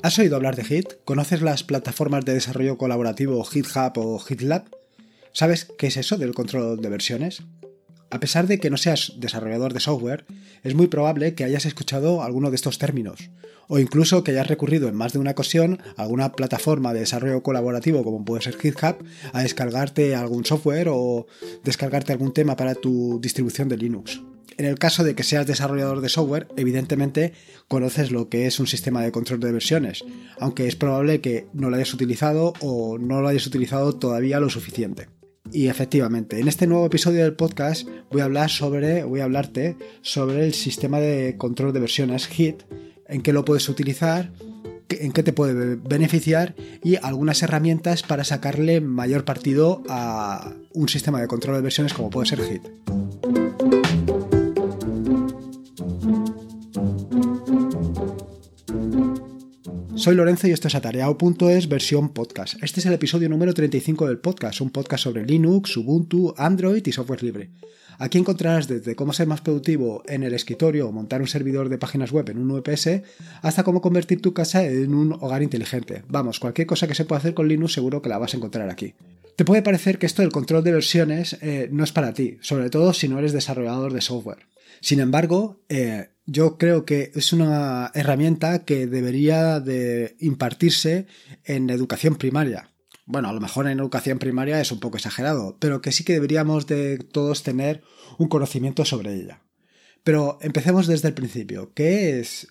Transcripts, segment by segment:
¿Has oído hablar de Git? ¿Conoces las plataformas de desarrollo colaborativo GitHub o GitLab? ¿Sabes qué es eso del control de versiones? A pesar de que no seas desarrollador de software, es muy probable que hayas escuchado alguno de estos términos, o incluso que hayas recurrido en más de una ocasión a alguna plataforma de desarrollo colaborativo como puede ser GitHub a descargarte algún software o descargarte algún tema para tu distribución de Linux. En el caso de que seas desarrollador de software, evidentemente conoces lo que es un sistema de control de versiones, aunque es probable que no lo hayas utilizado o no lo hayas utilizado todavía lo suficiente. Y efectivamente, en este nuevo episodio del podcast voy a hablarte sobre el sistema de control de versiones Git, en qué lo puedes utilizar, en qué te puede beneficiar y algunas herramientas para sacarle mayor partido a un sistema de control de versiones como puede ser Git. Soy Lorenzo y esto es Atareado.es versión podcast. Este es el episodio número 35 del podcast, un podcast sobre Linux, Ubuntu, Android y software libre. Aquí encontrarás desde cómo ser más productivo en el escritorio o montar un servidor de páginas web en un VPS, hasta cómo convertir tu casa en un hogar inteligente. Vamos, cualquier cosa que se pueda hacer con Linux seguro que la vas a encontrar aquí. Te puede parecer que esto del control de versiones no es para ti, sobre todo si no eres desarrollador de software. Sin embargo, yo creo que es una herramienta que debería de impartirse en educación primaria. Bueno, a lo mejor en educación primaria es un poco exagerado, pero que sí que deberíamos de todos tener un conocimiento sobre ella. Pero empecemos desde el principio. ¿Qué es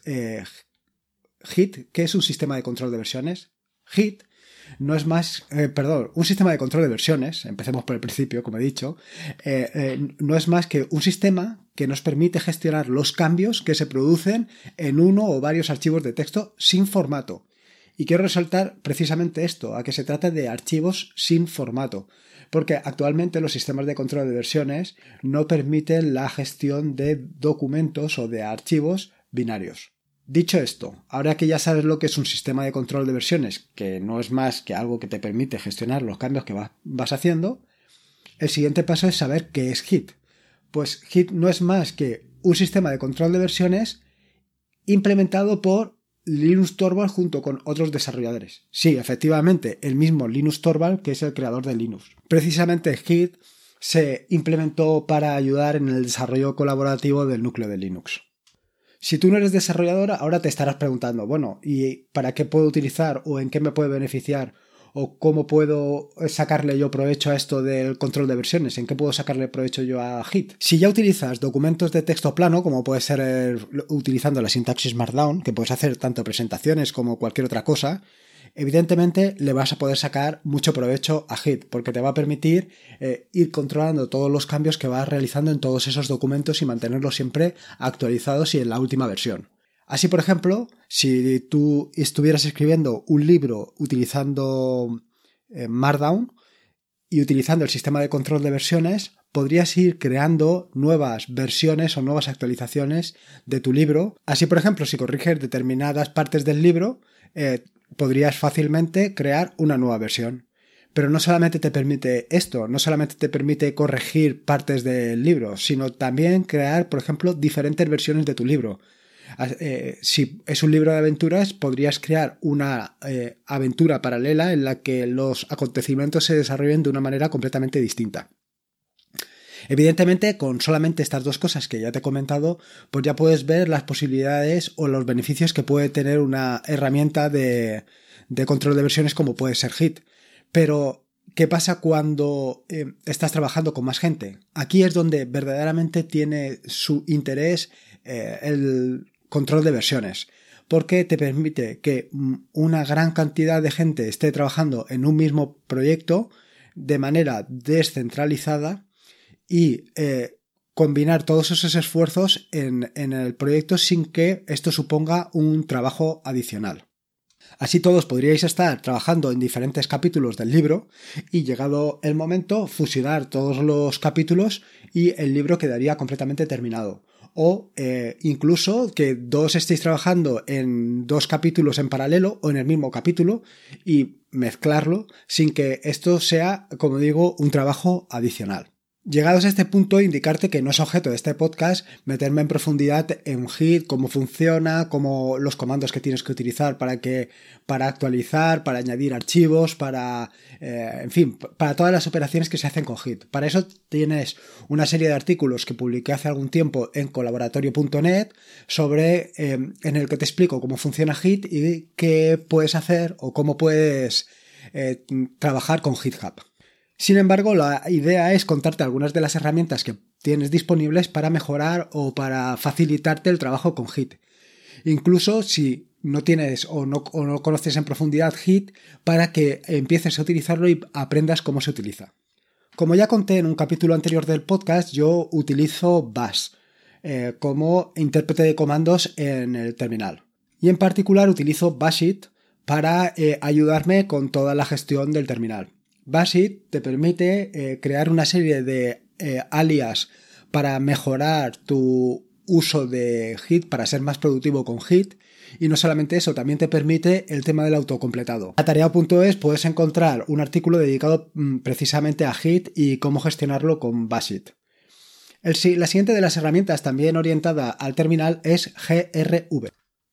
Git? ¿Qué es un sistema de control de versiones? Git no es más, un sistema de control de versiones, empecemos por el principio, como he dicho, no es más que un sistema que nos permite gestionar los cambios que se producen en uno o varios archivos de texto sin formato. Y quiero resaltar precisamente esto, a que se trata de archivos sin formato, porque actualmente los sistemas de control de versiones no permiten la gestión de documentos o de archivos binarios. Dicho esto, ahora que ya sabes lo que es un sistema de control de versiones, que no es más que algo que te permite gestionar los cambios que vas haciendo, el siguiente paso es saber qué es Git. Pues Git no es más que un sistema de control de versiones implementado por Linus Torvalds junto con otros desarrolladores. Sí, efectivamente, el mismo Linus Torvalds, que es el creador de Linux. Precisamente Git se implementó para ayudar en el desarrollo colaborativo del núcleo de Linux. Si tú no eres desarrollador, ahora te estarás preguntando, bueno, ¿y para qué puedo utilizar o en qué me puede beneficiar o cómo puedo sacarle yo provecho a esto del control de versiones? ¿En qué puedo sacarle provecho yo a Git? Si ya utilizas documentos de texto plano, como puede ser utilizando la sintaxis Markdown, que puedes hacer tanto presentaciones como cualquier otra cosa, evidentemente le vas a poder sacar mucho provecho a Git, porque te va a permitir ir controlando todos los cambios que vas realizando en todos esos documentos y mantenerlos siempre actualizados y en la última versión. Así, por ejemplo, si tú estuvieras escribiendo un libro utilizando Markdown y utilizando el sistema de control de versiones, podrías ir creando nuevas versiones o nuevas actualizaciones de tu libro. Así, por ejemplo, si corriges determinadas partes del libro, podrías fácilmente crear una nueva versión. Pero no solamente te permite esto, no solamente te permite corregir partes del libro, sino también crear, por ejemplo, diferentes versiones de tu libro. Si es un libro de aventuras, podrías crear una aventura paralela en la que los acontecimientos se desarrollen de una manera completamente distinta. Evidentemente, con solamente estas dos cosas que ya te he comentado, pues ya puedes ver las posibilidades o los beneficios que puede tener una herramienta de control de versiones como puede ser Git. Pero, ¿qué pasa cuando estás trabajando con más gente? Aquí es donde verdaderamente tiene su interés el control de versiones, porque te permite que una gran cantidad de gente esté trabajando en un mismo proyecto de manera descentralizada y combinar todos esos esfuerzos en el proyecto sin que esto suponga un trabajo adicional. Así todos podríais estar trabajando en diferentes capítulos del libro y, llegado el momento, fusionar todos los capítulos y el libro quedaría completamente terminado. O incluso que dos estéis trabajando en dos capítulos en paralelo o en el mismo capítulo y mezclarlo sin que esto sea, como digo, un trabajo adicional. Llegados a este punto, indicarte que no es objeto de este podcast meterme en profundidad en Git, cómo funciona, cómo los comandos que tienes que utilizar para actualizar, para añadir archivos, para todas las operaciones que se hacen con Git. Para eso tienes una serie de artículos que publiqué hace algún tiempo en colaboratorio.net en el que te explico cómo funciona Git y qué puedes hacer o cómo puedes trabajar con GitHub. Sin embargo, la idea es contarte algunas de las herramientas que tienes disponibles para mejorar o para facilitarte el trabajo con Git. Incluso si no tienes o no conoces en profundidad Git, para que empieces a utilizarlo y aprendas cómo se utiliza. Como ya conté en un capítulo anterior del podcast, yo utilizo Bash como intérprete de comandos en el terminal. Y en particular utilizo Bashit para ayudarme con toda la gestión del terminal. Bashit te permite crear una serie de alias para mejorar tu uso de Git, para ser más productivo con Git, y no solamente eso, también te permite el tema del autocompletado. En atareado.es puedes encontrar un artículo dedicado precisamente a Git y cómo gestionarlo con Bashit. La siguiente de las herramientas también orientada al terminal es GRV.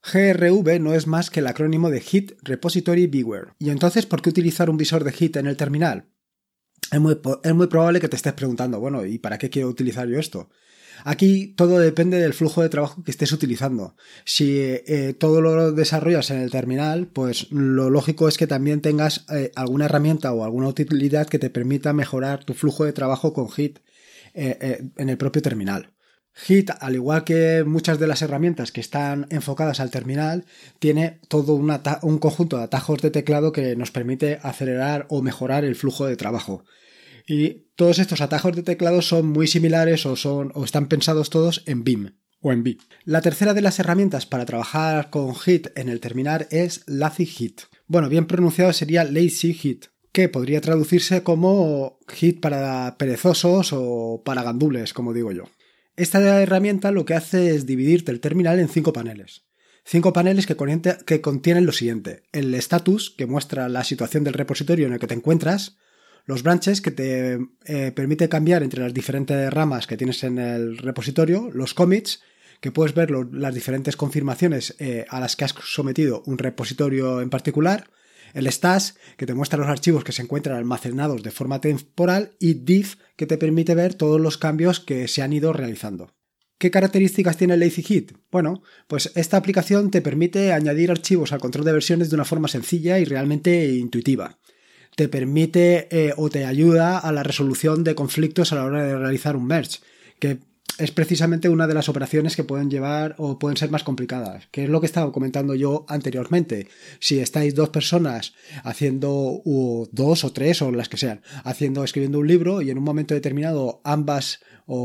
GRV no es más que el acrónimo de Git Repository Viewer. ¿Y entonces por qué utilizar un visor de Git en el terminal? Es muy probable que te estés preguntando, bueno, ¿y para qué quiero utilizar yo esto? Aquí todo depende del flujo de trabajo que estés utilizando. Si todo lo desarrollas en el terminal, pues lo lógico es que también tengas alguna herramienta o alguna utilidad que te permita mejorar tu flujo de trabajo con Git en el propio terminal. Git, al igual que muchas de las herramientas que están enfocadas al terminal, tiene todo un conjunto de atajos de teclado que nos permite acelerar o mejorar el flujo de trabajo. Y todos estos atajos de teclado son muy similares o están pensados todos en Vim o en V. La tercera de las herramientas para trabajar con Git en el terminal es Lazy Git. Bueno, bien pronunciado sería Lazy Git, que podría traducirse como Git para perezosos o para gandules, como digo yo. Esta herramienta lo que hace es dividirte el terminal en 5 paneles. 5 paneles que contienen lo siguiente: el status, que muestra la situación del repositorio en el que te encuentras; los branches, que te permite cambiar entre las diferentes ramas que tienes en el repositorio; los commits, que puedes ver las diferentes confirmaciones a las que has sometido un repositorio en particular; el stash, que te muestra los archivos que se encuentran almacenados de forma temporal; y diff, que te permite ver todos los cambios que se han ido realizando. ¿Qué características tiene Lazy Git? Bueno, pues esta aplicación te permite añadir archivos al control de versiones de una forma sencilla y realmente intuitiva. Te permite o te ayuda a la resolución de conflictos a la hora de realizar un merge, que es precisamente una de las operaciones que pueden llevar o pueden ser más complicadas, que es lo que estaba comentando yo anteriormente. Si estáis 2 personas haciendo, o 2 o 3 o las que sean, escribiendo un libro, y en un momento determinado ambas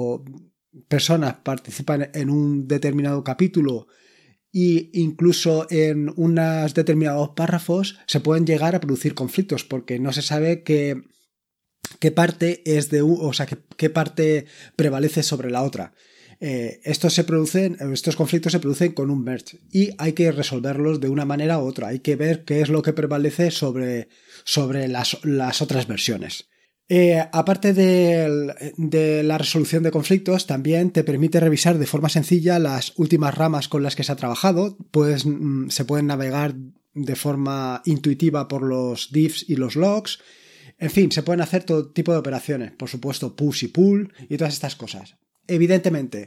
personas participan en un determinado capítulo e incluso en unos determinados párrafos, se pueden llegar a producir conflictos porque no se sabe qué parte qué parte prevalece sobre la otra. Estos conflictos se producen con un merge y hay que resolverlos de una manera u otra. Hay que ver qué es lo que prevalece sobre las otras versiones. Aparte de la resolución de conflictos, también te permite revisar de forma sencilla las últimas ramas con las que se ha trabajado. Se pueden navegar de forma intuitiva por los diffs y los logs. En fin, se pueden hacer todo tipo de operaciones, por supuesto push y pull y todas estas cosas. Evidentemente,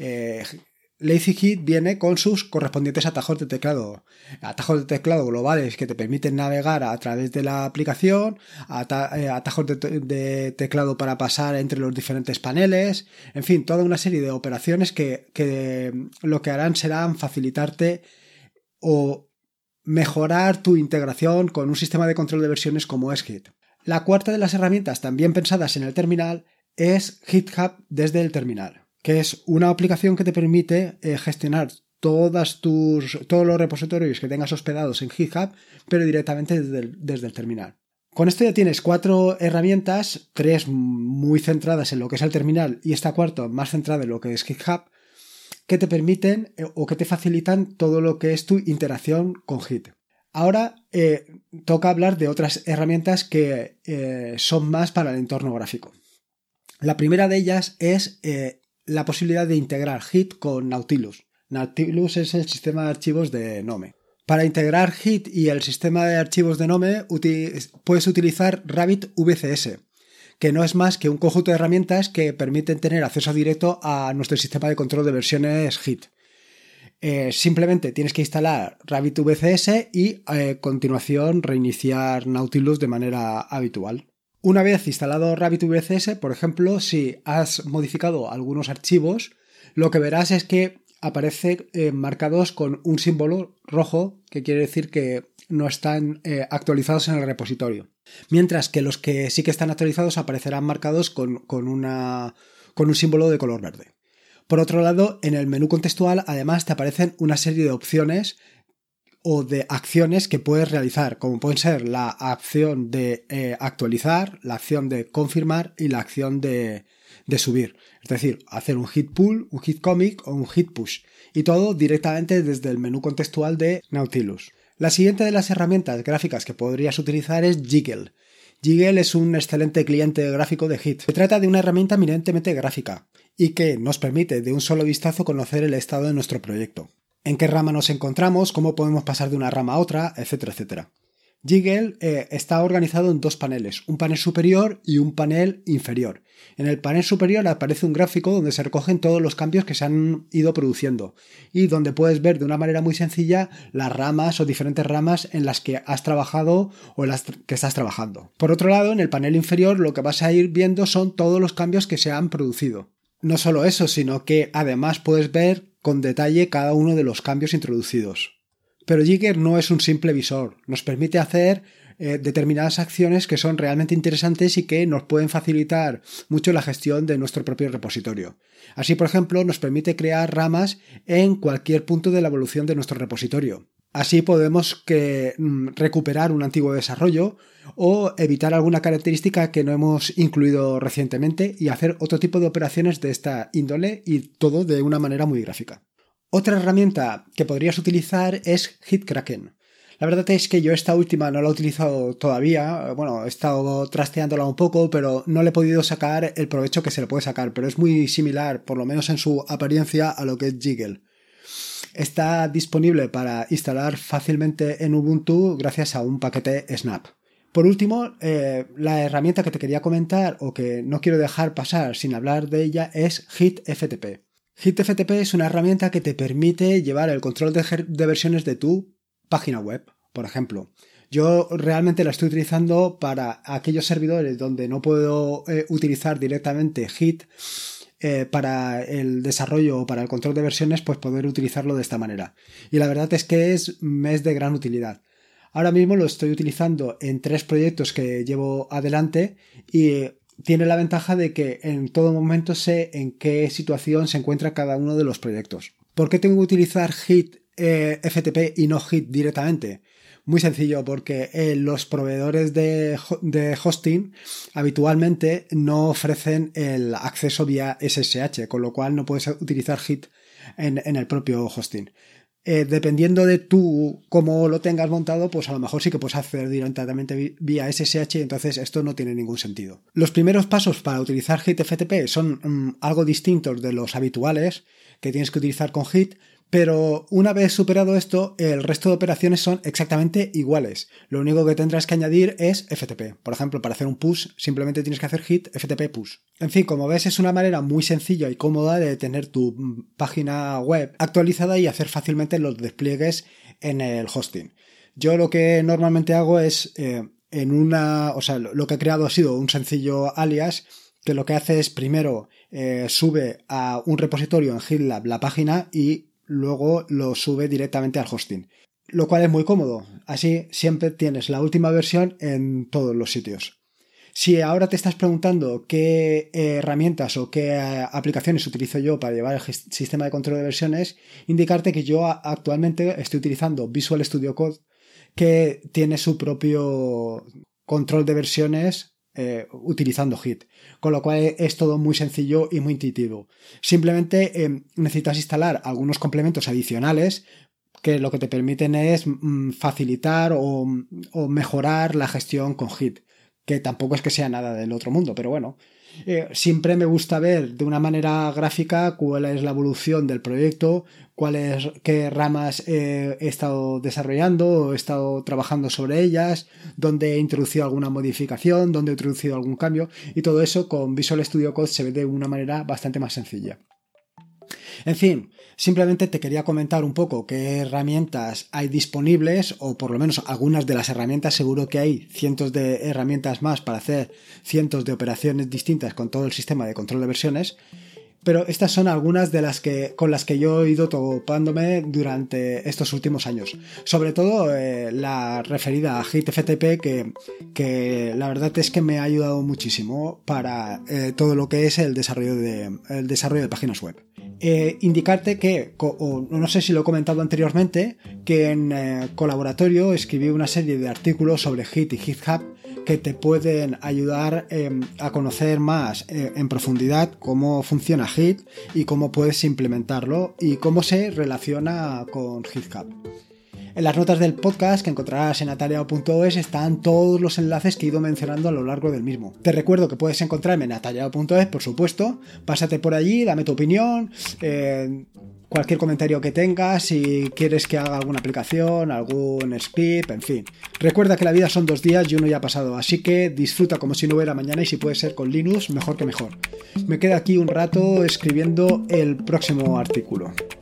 Lazy Git viene con sus correspondientes atajos de teclado globales que te permiten navegar a través de la aplicación, atajos de teclado para pasar entre los diferentes paneles, en fin, toda una serie de operaciones que lo que harán serán facilitarte o mejorar tu integración con un sistema de control de versiones como es Git. La cuarta de las herramientas también pensadas en el terminal es GitHub desde el terminal, que es una aplicación que te permite gestionar todos los repositorios que tengas hospedados en GitHub, pero directamente desde el terminal. Con esto ya tienes 4 herramientas, 3 muy centradas en lo que es el terminal y esta cuarta más centrada en lo que es GitHub, que te permiten o que te facilitan todo lo que es tu interacción con Git. Ahora toca hablar de otras herramientas que son más para el entorno gráfico. La primera de ellas es la posibilidad de integrar Git con Nautilus. Nautilus es el sistema de archivos de Gnome. Para integrar Git y el sistema de archivos de Gnome puedes utilizar RabbitVCS, que no es más que un conjunto de herramientas que permiten tener acceso directo a nuestro sistema de control de versiones Git. Simplemente tienes que instalar RabbitVCS y a continuación reiniciar Nautilus de manera habitual. Una vez instalado RabbitVCS, por ejemplo, si has modificado algunos archivos, lo que verás es que aparecen marcados con un símbolo rojo, que quiere decir que no están actualizados en el repositorio. Mientras que los que sí que están actualizados aparecerán marcados con un símbolo de color verde. Por otro lado, en el menú contextual además te aparecen una serie de opciones o de acciones que puedes realizar, como pueden ser la acción de actualizar, la acción de confirmar y la acción de subir. Es decir, hacer un git pull, un git commit o un git push. Y todo directamente desde el menú contextual de Nautilus. La siguiente de las herramientas gráficas que podrías utilizar es Jiggle. Jiggle es un excelente cliente gráfico de Git. Se trata de una herramienta eminentemente gráfica y que nos permite de un solo vistazo conocer el estado de nuestro proyecto. En qué rama nos encontramos, cómo podemos pasar de una rama a otra, etcétera, etcétera. Jiggle está organizado en dos paneles, un panel superior y un panel inferior. En el panel superior aparece un gráfico donde se recogen todos los cambios que se han ido produciendo y donde puedes ver de una manera muy sencilla las ramas o diferentes ramas en las que has trabajado o en las que estás trabajando. Por otro lado, en el panel inferior lo que vas a ir viendo son todos los cambios que se han producido. No solo eso, sino que además puedes ver con detalle cada uno de los cambios introducidos. Pero Jiggle no es un simple visor, nos permite hacer determinadas acciones que son realmente interesantes y que nos pueden facilitar mucho la gestión de nuestro propio repositorio. Así, por ejemplo, nos permite crear ramas en cualquier punto de la evolución de nuestro repositorio. Así podemos recuperar un antiguo desarrollo o evitar alguna característica que no hemos incluido recientemente y hacer otro tipo de operaciones de esta índole y todo de una manera muy gráfica. Otra herramienta que podrías utilizar es GitKraken. La verdad es que yo esta última no la he utilizado todavía, bueno, he estado trasteándola un poco, pero no le he podido sacar el provecho que se le puede sacar, pero es muy similar, por lo menos en su apariencia, a lo que es Jiggle. Está disponible para instalar fácilmente en Ubuntu gracias a un paquete Snap. Por último, la herramienta que te quería comentar o que no quiero dejar pasar sin hablar de ella es GitFTP. GitFTP es una herramienta que te permite llevar el control de versiones de tu página web, por ejemplo. Yo realmente la estoy utilizando para aquellos servidores donde no puedo utilizar directamente Git para el desarrollo o para el control de versiones, pues poder utilizarlo de esta manera. Y la verdad es que me es de gran utilidad. Ahora mismo lo estoy utilizando en 3 proyectos que llevo adelante y tiene la ventaja de que en todo momento sé en qué situación se encuentra cada uno de los proyectos. ¿Por qué tengo que utilizar Git FTP y no Git directamente? Muy sencillo, porque los proveedores de hosting habitualmente no ofrecen el acceso vía SSH, con lo cual no puedes utilizar Git en el propio hosting. Dependiendo de tú cómo lo tengas montado, pues a lo mejor sí que puedes hacer directamente vía SSH y entonces esto no tiene ningún sentido. Los primeros pasos para utilizar Git FTP son algo distintos de los habituales que tienes que utilizar con Git, pero una vez superado esto, el resto de operaciones son exactamente iguales. Lo único que tendrás que añadir es FTP. Por ejemplo, para hacer un push, simplemente tienes que hacer Git FTP push. En fin, como ves, es una manera muy sencilla y cómoda de tener tu página web actualizada y hacer fácilmente los despliegues en el hosting. Yo lo que normalmente hago es, lo que he creado ha sido un sencillo alias que lo que hace es primero sube a un repositorio en GitLab la página y luego lo sube directamente al hosting, lo cual es muy cómodo. Así siempre tienes la última versión en todos los sitios. Si ahora te estás preguntando qué herramientas o qué aplicaciones utilizo yo para llevar el sistema de control de versiones, indicarte que yo actualmente estoy utilizando Visual Studio Code, que tiene su propio control de versiones utilizando Git, con lo cual es todo muy sencillo y muy intuitivo. Simplemente necesitas instalar algunos complementos adicionales que lo que te permiten es facilitar o mejorar la gestión con Git. que tampoco es que sea nada del otro mundo, pero bueno. Siempre me gusta ver de una manera gráfica cuál es la evolución del proyecto, qué ramas he estado desarrollando, he estado trabajando sobre ellas, dónde he introducido alguna modificación, dónde he introducido algún cambio, y todo eso con Visual Studio Code se ve de una manera bastante más sencilla. En fin, simplemente te quería comentar un poco qué herramientas hay disponibles, o por lo menos algunas de las herramientas. Seguro que hay cientos de herramientas más para hacer cientos de operaciones distintas con todo el sistema de control de versiones, pero estas son algunas de con las que yo he ido topándome durante estos últimos años. Sobre todo la referida a HitFTP, que la verdad es que me ha ayudado muchísimo para todo lo que es el desarrollo de páginas web. Indicarte que, o no sé si lo he comentado anteriormente, que en Colaboratorio escribí una serie de artículos sobre Hit y GitHub que te pueden ayudar a conocer más en profundidad cómo funciona Hit y cómo puedes implementarlo y cómo se relaciona con GitHub. En las notas del podcast que encontrarás en atareado.es están todos los enlaces que he ido mencionando a lo largo del mismo. Te recuerdo que puedes encontrarme en atareado.es, por supuesto. Pásate por allí, dame tu opinión, cualquier comentario que tengas, si quieres que haga alguna aplicación, algún script, en fin. Recuerda que la vida son 2 días y uno ya ha pasado, así que disfruta como si no hubiera mañana, y si puede ser con Linux, mejor que mejor. Me quedo aquí un rato escribiendo el próximo artículo.